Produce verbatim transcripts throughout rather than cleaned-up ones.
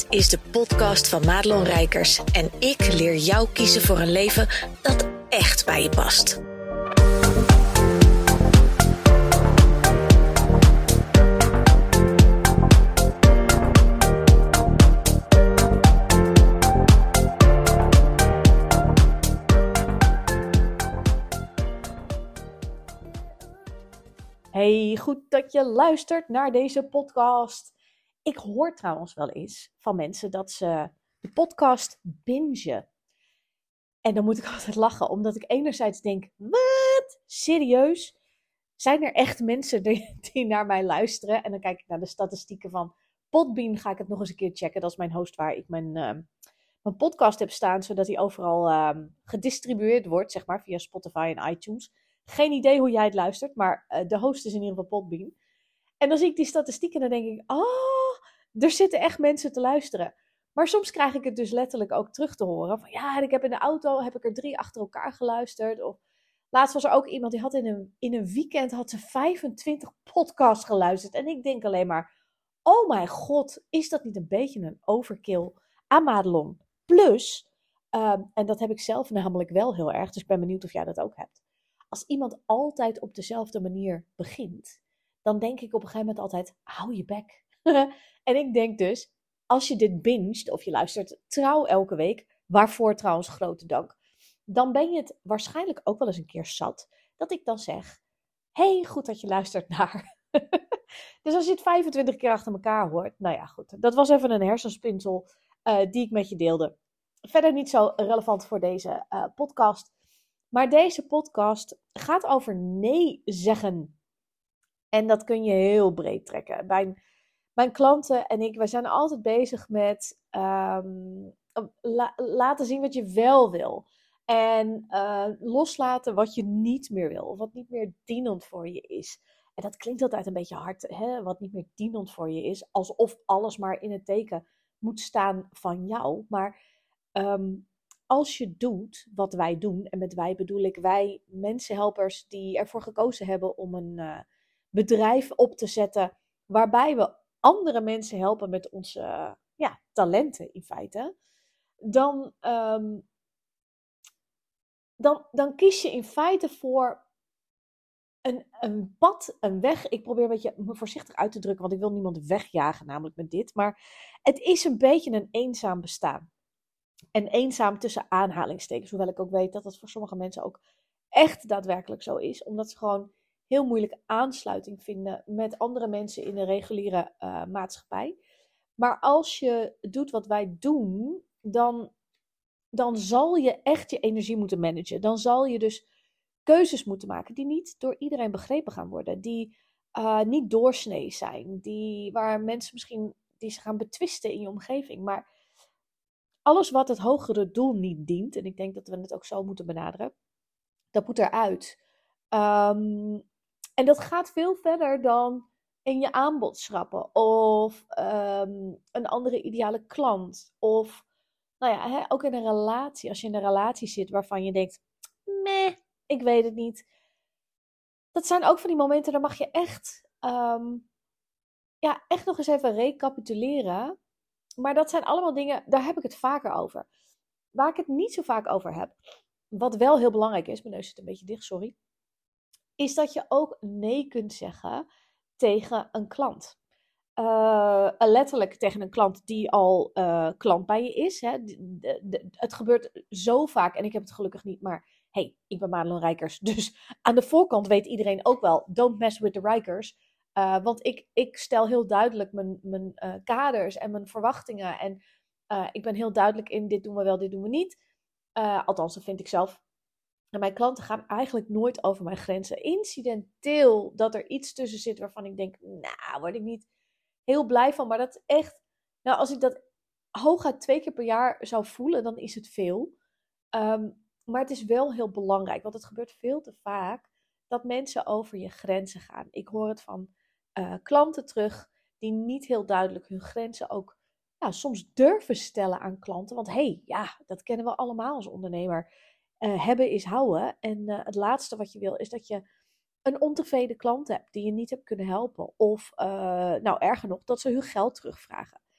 is de podcast van Madelon Rijkers en ik leer jou kiezen voor een leven dat echt bij je past. Hey, goed dat je luistert naar deze podcast. Ik hoor trouwens wel eens van mensen dat ze de podcast bingen. En dan moet ik altijd lachen, omdat ik enerzijds denk, wat? Serieus? Zijn er echt mensen die, die naar mij luisteren? En dan kijk ik naar de statistieken van Podbean, ga ik het nog eens een keer checken. Dat is mijn host waar ik mijn, uh, mijn podcast heb staan, zodat die overal uh, gedistribueerd wordt, zeg maar, via Spotify en iTunes. Geen idee hoe jij het luistert, maar uh, de host is in ieder geval Podbean. En dan zie ik die statistieken en dan denk ik, oh, er zitten echt mensen te luisteren. Maar soms krijg ik het dus letterlijk ook terug te horen. Van ja, ik heb in de auto heb ik er drie achter elkaar geluisterd. Of laatst was er ook iemand die had in een, in een weekend had ze vijfentwintig podcasts geluisterd. En ik denk alleen maar, oh mijn god, is dat niet een beetje een overkill aan Madelon? Plus, um, en dat heb ik zelf namelijk wel heel erg, dus ik ben benieuwd of jij dat ook hebt. Als iemand altijd op dezelfde manier begint, dan denk ik op een gegeven moment altijd, hou je bek. En ik denk dus, als je dit binget, of je luistert trouw elke week, waarvoor trouwens grote dank, dan ben je het waarschijnlijk ook wel eens een keer zat, dat ik dan zeg, hey, goed dat je luistert naar. Dus als je het vijfentwintig keer achter elkaar hoort, nou ja, goed. Dat was even een hersenspinsel uh, die ik met je deelde. Verder niet zo relevant voor deze uh, podcast. Maar deze podcast gaat over nee zeggen. En dat kun je heel breed trekken. Mijn, mijn klanten en ik, wij zijn altijd bezig met um, la, laten zien wat je wel wil. En uh, loslaten wat je niet meer wil. Of wat niet meer dienend voor je is. En dat klinkt altijd een beetje hard, hè? Wat niet meer dienend voor je is. Alsof alles maar in het teken moet staan van jou. Maar um, als je doet wat wij doen, en met wij bedoel ik wij mensenhelpers die ervoor gekozen hebben om een uh, bedrijf op te zetten waarbij we andere mensen helpen met onze uh, ja, talenten in feite, dan, um, dan, dan kies je in feite voor een, een pad, een weg. Ik probeer een beetje me voorzichtig uit te drukken, want ik wil niemand wegjagen namelijk met dit, maar het is een beetje een eenzaam bestaan. En eenzaam tussen aanhalingstekens, hoewel ik ook weet dat dat voor sommige mensen ook echt daadwerkelijk zo is. Omdat ze gewoon heel moeilijk aansluiting vinden met andere mensen in de reguliere uh, maatschappij. Maar als je doet wat wij doen, dan, dan zal je echt je energie moeten managen. Dan zal je dus keuzes moeten maken die niet door iedereen begrepen gaan worden. Die uh, niet doorsnee zijn. Die, waar mensen misschien die ze gaan betwisten in je omgeving. Maar alles wat het hogere doel niet dient, en ik denk dat we het ook zo moeten benaderen, dat moet eruit. Um, en dat gaat veel verder dan in je aanbod schrappen. Of um, een andere ideale klant. Of, nou ja, hè, ook in een relatie. Als je in een relatie zit waarvan je denkt, meh, ik weet het niet. Dat zijn ook van die momenten, dan mag je echt, um, ja, echt nog eens even recapituleren. Maar dat zijn allemaal dingen, daar heb ik het vaker over. Waar ik het niet zo vaak over heb, wat wel heel belangrijk is, mijn neus zit een beetje dicht, sorry, is dat je ook nee kunt zeggen tegen een klant. Uh, letterlijk tegen een klant die al uh, klant bij je is. Hè. De, de, de, het gebeurt zo vaak, en ik heb het gelukkig niet, maar hey, ik ben Madelon Rijkers, dus aan de voorkant weet iedereen ook wel, don't mess with the Rijkers. Uh, want ik, ik stel heel duidelijk mijn, mijn uh, kaders en mijn verwachtingen. En uh, ik ben heel duidelijk in dit doen we wel, dit doen we niet. Uh, althans, dat vind ik zelf. En mijn klanten gaan eigenlijk nooit over mijn grenzen. Incidenteel dat er iets tussen zit waarvan ik denk, nou, word ik niet heel blij van. Maar dat is echt, nou, als ik dat hooguit twee keer per jaar zou voelen, dan is het veel. Um, maar het is wel heel belangrijk, want het gebeurt veel te vaak dat mensen over je grenzen gaan. Ik hoor het van Uh, klanten terug die niet heel duidelijk hun grenzen ook nou, soms durven stellen aan klanten. Want hé, hey, ja, dat kennen we allemaal als ondernemer. Uh, hebben is houden. En uh, het laatste wat je wil is dat je een ontevreden klant hebt die je niet hebt kunnen helpen. Of, uh, nou erger nog, dat ze hun geld terugvragen.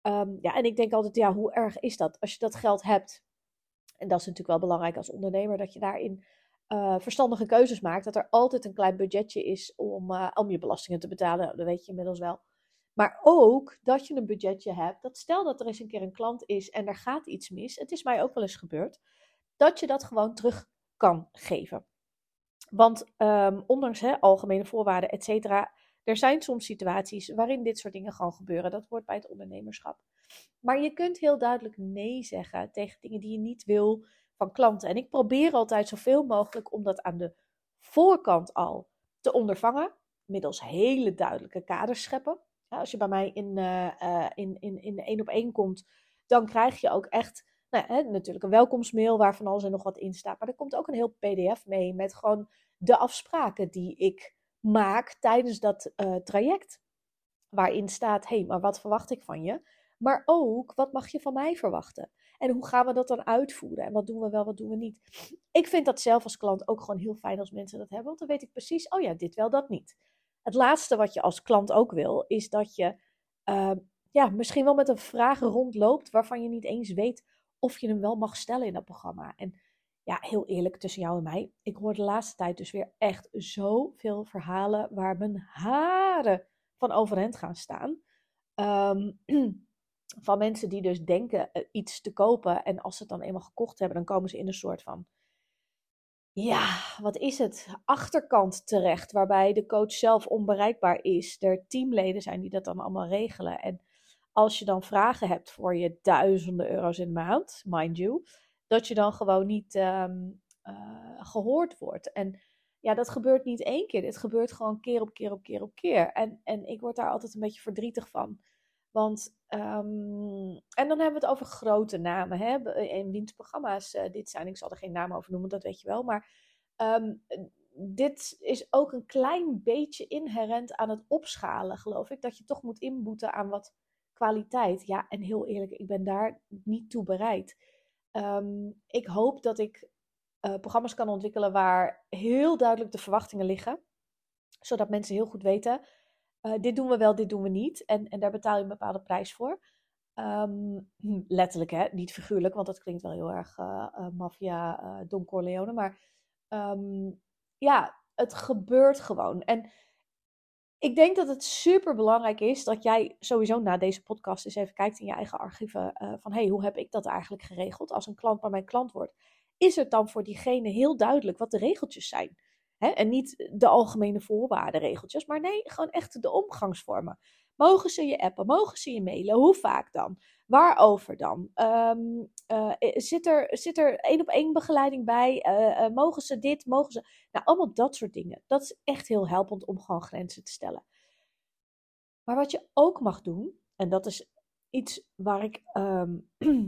Um, ja, en ik denk altijd, ja, hoe erg is dat? Als je dat geld hebt, en dat is natuurlijk wel belangrijk als ondernemer, dat je daarin uh, verstandige keuzes maakt. Dat er altijd een klein budgetje is om, uh, om je belastingen te betalen. Dat weet je inmiddels wel. Maar ook dat je een budgetje hebt. Dat stel dat er eens een keer een klant is en er gaat iets mis. Het is mij ook wel eens gebeurd. Dat je dat gewoon terug kan geven. Want um, ondanks hè, algemene voorwaarden, et cetera. Er zijn soms situaties waarin dit soort dingen gewoon gebeuren. Dat hoort bij het ondernemerschap. Maar je kunt heel duidelijk nee zeggen tegen dingen die je niet wil van klanten. En ik probeer altijd zoveel mogelijk om dat aan de voorkant al te ondervangen. Middels hele duidelijke kaders scheppen. Ja, als je bij mij in, uh, uh, in, in, in de één op één komt, dan krijg je ook echt nou, hè, natuurlijk een welkomstmail waar van alles en nog wat in staat. Maar er komt ook een heel P D F mee met gewoon de afspraken die ik maak tijdens dat uh, traject. Waarin staat, hé, hey, maar wat verwacht ik van je? Maar ook, wat mag je van mij verwachten? En hoe gaan we dat dan uitvoeren? En wat doen we wel, wat doen we niet? Ik vind dat zelf als klant ook gewoon heel fijn als mensen dat hebben. Want dan weet ik precies, oh ja, dit wel, dat niet. Het laatste wat je als klant ook wil, is dat je uh, ja, misschien wel met een vraag rondloopt waarvan je niet eens weet of je hem wel mag stellen in dat programma. En ja, heel eerlijk tussen jou en mij. Ik hoor de laatste tijd dus weer echt zoveel verhalen waar mijn haren van overeind gaan staan. Um, van mensen die dus denken uh, iets te kopen. En als ze het dan eenmaal gekocht hebben, dan komen ze in een soort van, ja, wat is het? Achterkant terecht. Waarbij de coach zelf onbereikbaar is. Er teamleden zijn die dat dan allemaal regelen. En als je dan vragen hebt voor je duizenden euro's in de maand, mind you, dat je dan gewoon niet um, uh, gehoord wordt. En ja, dat gebeurt niet één keer. Dit gebeurt gewoon keer op keer op keer op keer. En, en ik word daar altijd een beetje verdrietig van. Want, um, en dan hebben we het over grote namen, hè, in wiens programma's uh, dit zijn. Ik zal er geen naam over noemen, dat weet je wel. Maar um, dit is ook een klein beetje inherent aan het opschalen, geloof ik. Dat je toch moet inboeten aan wat kwaliteit. Ja, en heel eerlijk, ik ben daar niet toe bereid. Um, ik hoop dat ik uh, programma's kan ontwikkelen waar heel duidelijk de verwachtingen liggen. Zodat mensen heel goed weten, uh, dit doen we wel, dit doen we niet. En, en daar betaal je een bepaalde prijs voor. Um, letterlijk, hè, niet figuurlijk, want dat klinkt wel heel erg uh, uh, maffia, uh, Don Corleone. Maar um, ja, het gebeurt gewoon. En ik denk dat het super belangrijk is dat jij sowieso na deze podcast eens even kijkt in je eigen archieven. Uh, van, hey, hoe heb ik dat eigenlijk geregeld? Als een klant maar mijn klant wordt, is het dan voor diegene heel duidelijk wat de regeltjes zijn? Hè? En niet de algemene voorwaardenregeltjes, maar nee, gewoon echt de omgangsvormen. Mogen ze je appen? Mogen ze je mailen? Hoe vaak dan? Waarover dan? Um, uh, zit er, zit er één op één begeleiding bij? Uh, uh, mogen ze dit? Mogen ze... Nou, allemaal dat soort dingen. Dat is echt heel helpend om gewoon grenzen te stellen. Maar wat je ook mag doen, en dat is iets waar ik, um,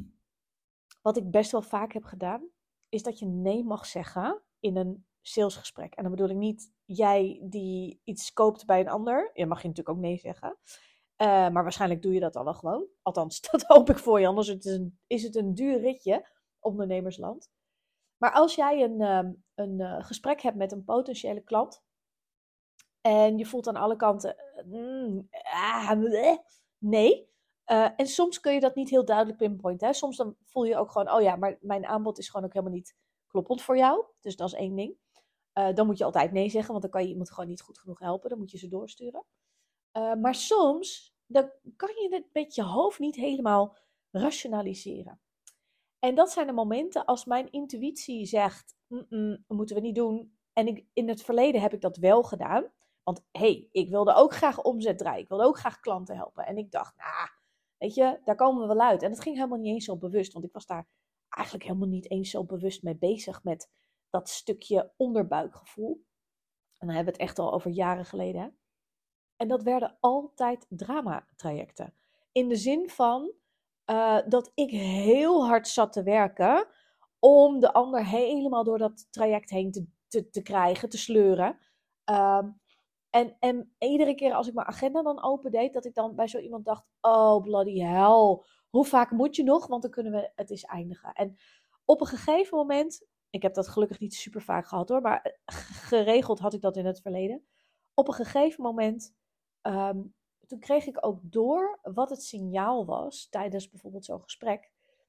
wat ik best wel vaak heb gedaan, is dat je nee mag zeggen in een salesgesprek. En dan bedoel ik niet jij die iets koopt bij een ander. Je mag je natuurlijk ook nee zeggen. Uh, maar waarschijnlijk doe je dat al wel gewoon. Althans, dat hoop ik voor je. Anders is het een, is het een duur ritje, ondernemersland. Maar als jij een, um, een uh, gesprek hebt met een potentiële klant. En je voelt aan alle kanten, mm, ah, bleh, nee. Uh, en soms kun je dat niet heel duidelijk pinpointen. Hè? Soms dan voel je ook gewoon, oh ja, maar mijn aanbod is gewoon ook helemaal niet kloppend voor jou. Dus dat is één ding. Uh, dan moet je altijd nee zeggen, want dan kan je iemand gewoon niet goed genoeg helpen. Dan moet je ze doorsturen. Uh, maar soms, dan kan je het met je hoofd niet helemaal rationaliseren. En dat zijn de momenten als mijn intuïtie zegt, dat moeten we niet doen. En ik, in het verleden heb ik dat wel gedaan. Want hé, hey, ik wilde ook graag omzet draaien. Ik wilde ook graag klanten helpen. En ik dacht, nou, weet je, daar komen we wel uit. En dat ging helemaal niet eens zo bewust. Want ik was daar eigenlijk helemaal niet eens zo bewust mee bezig met dat stukje onderbuikgevoel. En dan hebben we het echt al over jaren geleden. Hè? En dat werden altijd dramatrajecten. In de zin van uh, dat ik heel hard zat te werken om de ander helemaal door dat traject heen te, te, te krijgen, te sleuren. Um, en, en iedere keer als ik mijn agenda dan opendeed, dat ik dan bij zo iemand dacht, oh bloody hell, hoe vaak moet je nog? Want dan kunnen we het eens eindigen. En op een gegeven moment, ik heb dat gelukkig niet super vaak gehad hoor, maar geregeld had ik dat in het verleden. Op een gegeven moment um, toen kreeg ik ook door wat het signaal was tijdens bijvoorbeeld zo'n gesprek.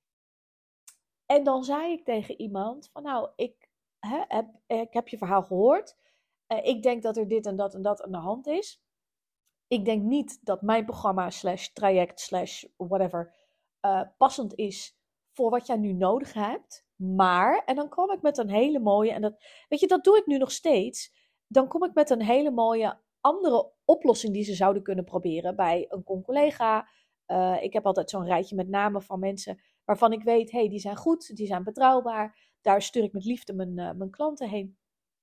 En dan zei ik tegen iemand van nou, ik, hè, heb, ik heb je verhaal gehoord. Uh, ik denk dat er dit en dat en dat aan de hand is. Ik denk niet dat mijn programma slash traject slash whatever uh, passend is voor wat jij nu nodig hebt. Maar, en dan kom ik met een hele mooie, en dat, weet je, dat doe ik nu nog steeds. Dan kom ik met een hele mooie andere oplossing die ze zouden kunnen proberen bij een con-collega. Uh, ik heb altijd zo'n rijtje met namen van mensen waarvan ik weet, hé, hey, die zijn goed, die zijn betrouwbaar. Daar stuur ik met liefde mijn, uh, mijn klanten heen.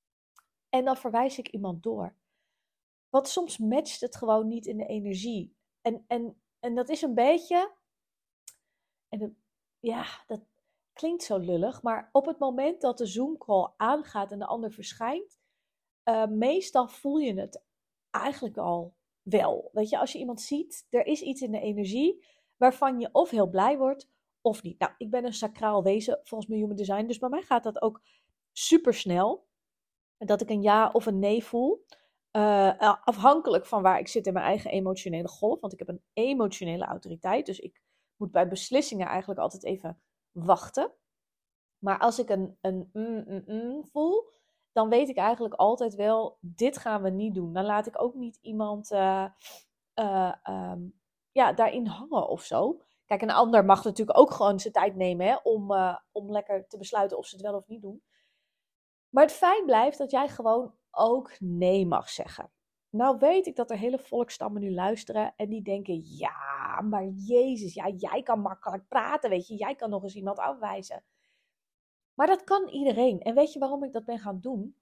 En dan verwijs ik iemand door. Want soms matcht het gewoon niet in de energie. En, en, en dat is een beetje, en dat, ja, dat klinkt zo lullig, maar op het moment dat de Zoom-call aangaat en de ander verschijnt, uh, meestal voel je het eigenlijk al wel. Weet je, als je iemand ziet, er is iets in de energie waarvan je of heel blij wordt, of niet. Nou, ik ben een sacraal wezen volgens mijn human design, dus bij mij gaat dat ook super snel. Dat ik een ja of een nee voel. Uh, afhankelijk van waar ik zit in mijn eigen emotionele golf. Want ik heb een emotionele autoriteit. Dus ik moet bij beslissingen eigenlijk altijd even wachten. Maar als ik een, een mm, mm, mm voel, dan weet ik eigenlijk altijd wel, dit gaan we niet doen. Dan laat ik ook niet iemand uh, uh, um, ja, daarin hangen of zo. Kijk, een ander mag natuurlijk ook gewoon zijn tijd nemen hè, om, uh, om lekker te besluiten of ze het wel of niet doen. Maar het feit blijft dat jij gewoon ook nee mag zeggen. Nou weet ik dat er hele volksstammen nu luisteren en die denken, ja, maar Jezus, ja, jij kan makkelijk praten, weet je, jij kan nog eens iemand afwijzen. Maar dat kan iedereen. En weet je waarom ik dat ben gaan doen?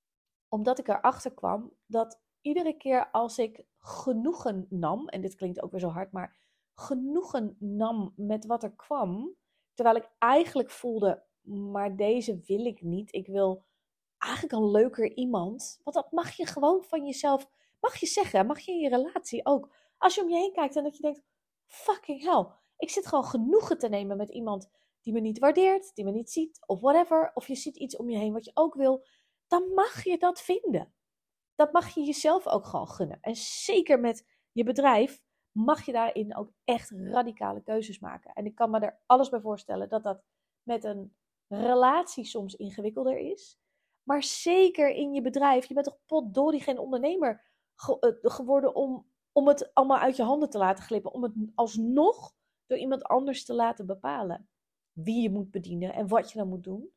Omdat ik erachter kwam dat iedere keer als ik genoegen nam, en dit klinkt ook weer zo hard, maar genoegen nam met wat er kwam, terwijl ik eigenlijk voelde, maar deze wil ik niet, ik wil eigenlijk een leuker iemand. Want dat mag je gewoon van jezelf, mag je zeggen, mag je in je relatie ook. Als je om je heen kijkt en dat je denkt, fucking hell, ik zit gewoon genoegen te nemen met iemand die me niet waardeert, die me niet ziet, of whatever. Of je ziet iets om je heen wat je ook wil, dan mag je dat vinden. Dat mag je jezelf ook gewoon gunnen. En zeker met je bedrijf mag je daarin ook echt radicale keuzes maken. En ik kan me er alles bij voorstellen dat dat met een relatie soms ingewikkelder is. Maar zeker in je bedrijf. Je bent toch potdorie geen ondernemer ge- geworden om, om het allemaal uit je handen te laten glippen. Om het alsnog door iemand anders te laten bepalen. Wie je moet bedienen en wat je dan moet doen.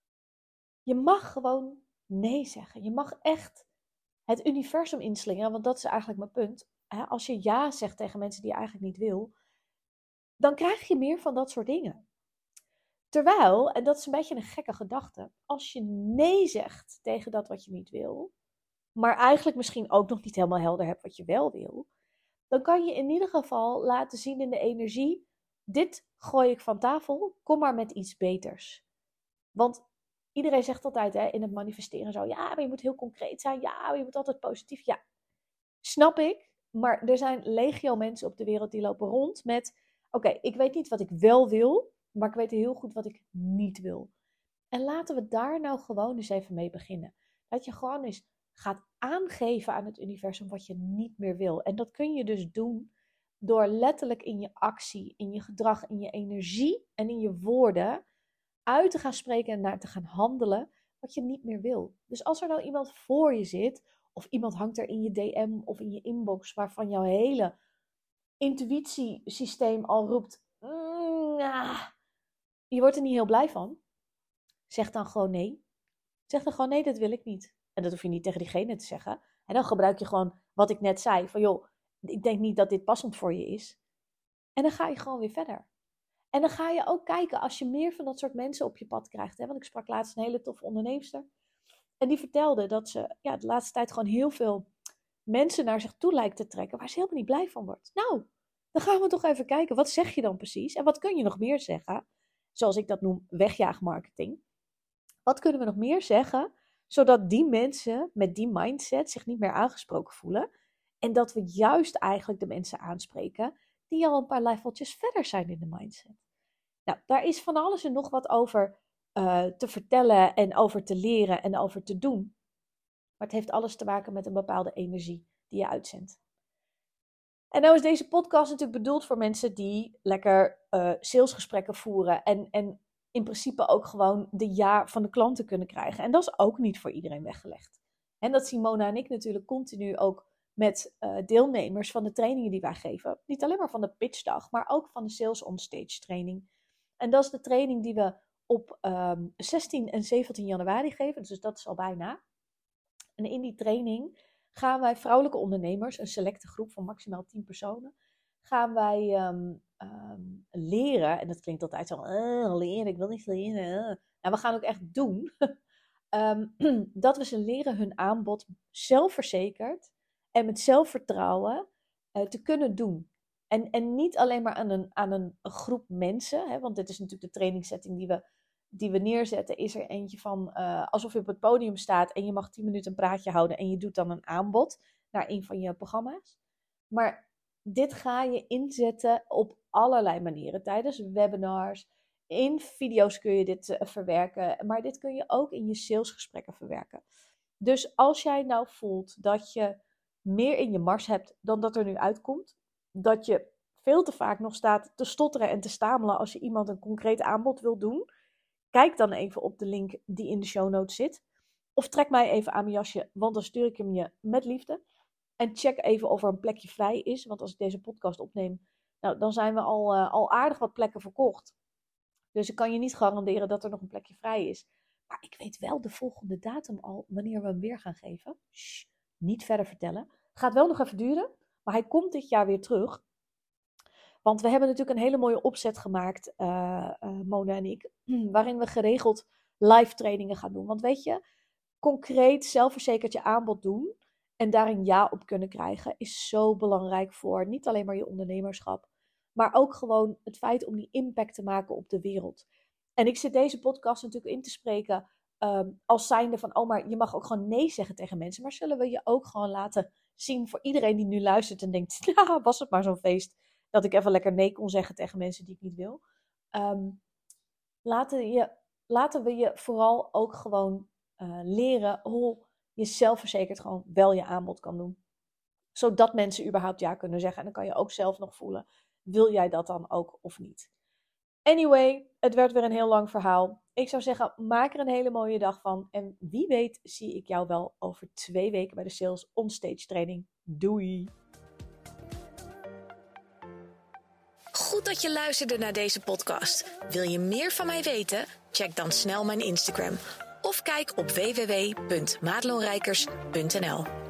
Je mag gewoon nee zeggen. Je mag echt het universum inslingeren. Want dat is eigenlijk mijn punt. Als je ja zegt tegen mensen die je eigenlijk niet wil. Dan krijg je meer van dat soort dingen. Terwijl, en dat is een beetje een gekke gedachte, als je nee zegt tegen dat wat je niet wil, maar eigenlijk misschien ook nog niet helemaal helder hebt wat je wel wil, dan kan je in ieder geval laten zien in de energie, dit gooi ik van tafel, kom maar met iets beters. Want iedereen zegt altijd hè, in het manifesteren zo, ja, maar je moet heel concreet zijn, ja, maar je moet altijd positief, ja. Snap ik, maar er zijn legio mensen op de wereld die lopen rond met, oké, okay, ik weet niet wat ik wel wil, maar ik weet heel goed wat ik niet wil. En laten we daar nou gewoon eens even mee beginnen. Dat je gewoon eens gaat aangeven aan het universum wat je niet meer wil. En dat kun je dus doen door letterlijk in je actie, in je gedrag, in je energie en in je woorden uit te gaan spreken en naar te gaan handelen wat je niet meer wil. Dus als er nou iemand voor je zit, of iemand hangt er in je D M of in je inbox waarvan jouw hele intuïtiesysteem al roept, mm, ah, je wordt er niet heel blij van. Zeg dan gewoon nee. Zeg dan gewoon nee, dat wil ik niet. En dat hoef je niet tegen diegene te zeggen. En dan gebruik je gewoon wat ik net zei. Van joh, ik denk niet dat dit passend voor je is. En dan ga je gewoon weer verder. En dan ga je ook kijken als je meer van dat soort mensen op je pad krijgt. Hè? Want ik sprak laatst een hele toffe onderneemster. En die vertelde dat ze ja, de laatste tijd gewoon heel veel mensen naar zich toe lijkt te trekken. Waar ze helemaal niet blij van wordt. Nou, dan gaan we toch even kijken. Wat zeg je dan precies? En wat kun je nog meer zeggen? Zoals ik dat noem, wegjaagmarketing. Wat kunnen we nog meer zeggen, zodat die mensen met die mindset zich niet meer aangesproken voelen. En dat we juist eigenlijk de mensen aanspreken die al een paar leveltjes verder zijn in de mindset. Nou, daar is van alles en nog wat over uh, te vertellen en over te leren en over te doen. Maar het heeft alles te maken met een bepaalde energie die je uitzendt. En nou is deze podcast natuurlijk bedoeld voor mensen die lekker uh, salesgesprekken voeren. En, en in principe ook gewoon de ja van de klanten kunnen krijgen. En dat is ook niet voor iedereen weggelegd. En dat zien Mona en ik natuurlijk continu ook met uh, deelnemers van de trainingen die wij geven. Niet alleen maar van de pitchdag, maar ook van de Sales on Stage training. En dat is de training die we op um, zestien en zeventien januari geven. Dus dat is al bijna. En in die training gaan wij vrouwelijke ondernemers, een selecte groep van maximaal tien personen, gaan wij um, um, leren. En dat klinkt altijd zo, uh, leren, ik wil niet leren. Uh. Nou, we gaan ook echt doen. um, dat we ze leren hun aanbod zelfverzekerd en met zelfvertrouwen uh, te kunnen doen. En, en niet alleen maar aan een, aan een, een groep mensen, hè, want dit is natuurlijk de trainingssetting die we, die we neerzetten, is er eentje van uh, alsof je op het podium staat en je mag tien minuten een praatje houden en je doet dan een aanbod naar een van je programma's. Maar dit ga je inzetten op allerlei manieren, tijdens webinars, in video's kun je dit uh, verwerken, maar dit kun je ook in je salesgesprekken verwerken. Dus als jij nou voelt dat je meer in je mars hebt dan dat er nu uitkomt, dat je veel te vaak nog staat te stotteren en te stamelen als je iemand een concreet aanbod wil doen, kijk dan even op de link die in de show notes zit. Of trek mij even aan mijn jasje, want dan stuur ik hem je met liefde. En check even of er een plekje vrij is, want als ik deze podcast opneem, nou, dan zijn we al, uh, al aardig wat plekken verkocht. Dus ik kan je niet garanderen dat er nog een plekje vrij is. Maar ik weet wel de volgende datum al, wanneer we hem weer gaan geven. Shh, niet verder vertellen. Gaat wel nog even duren, maar hij komt dit jaar weer terug. Want we hebben natuurlijk een hele mooie opzet gemaakt, uh, uh, Mona en ik, waarin we geregeld live trainingen gaan doen. Want weet je, concreet zelfverzekerd je aanbod doen en daar een ja op kunnen krijgen is zo belangrijk voor niet alleen maar je ondernemerschap, maar ook gewoon het feit om die impact te maken op de wereld. En ik zit deze podcast natuurlijk in te spreken um, als zijnde van, oh maar je mag ook gewoon nee zeggen tegen mensen. Maar zullen we je ook gewoon laten zien voor iedereen die nu luistert en denkt, nou was het maar zo'n feest dat ik even lekker nee kon zeggen tegen mensen die ik niet wil. Um, laten, je, laten we je vooral ook gewoon uh, leren hoe je zelfverzekerd gewoon wel je aanbod kan doen. Zodat mensen überhaupt ja kunnen zeggen. En dan kan je ook zelf nog voelen, wil jij dat dan ook of niet? Anyway, het werd weer een heel lang verhaal. Ik zou zeggen, maak er een hele mooie dag van. En wie weet zie ik jou wel over twee weken bij de Sales on Stage training. Doei! Goed dat je luisterde naar deze podcast. Wil je meer van mij weten? Check dan snel mijn Instagram. Of kijk op w w w punt madelonrijkers punt n l.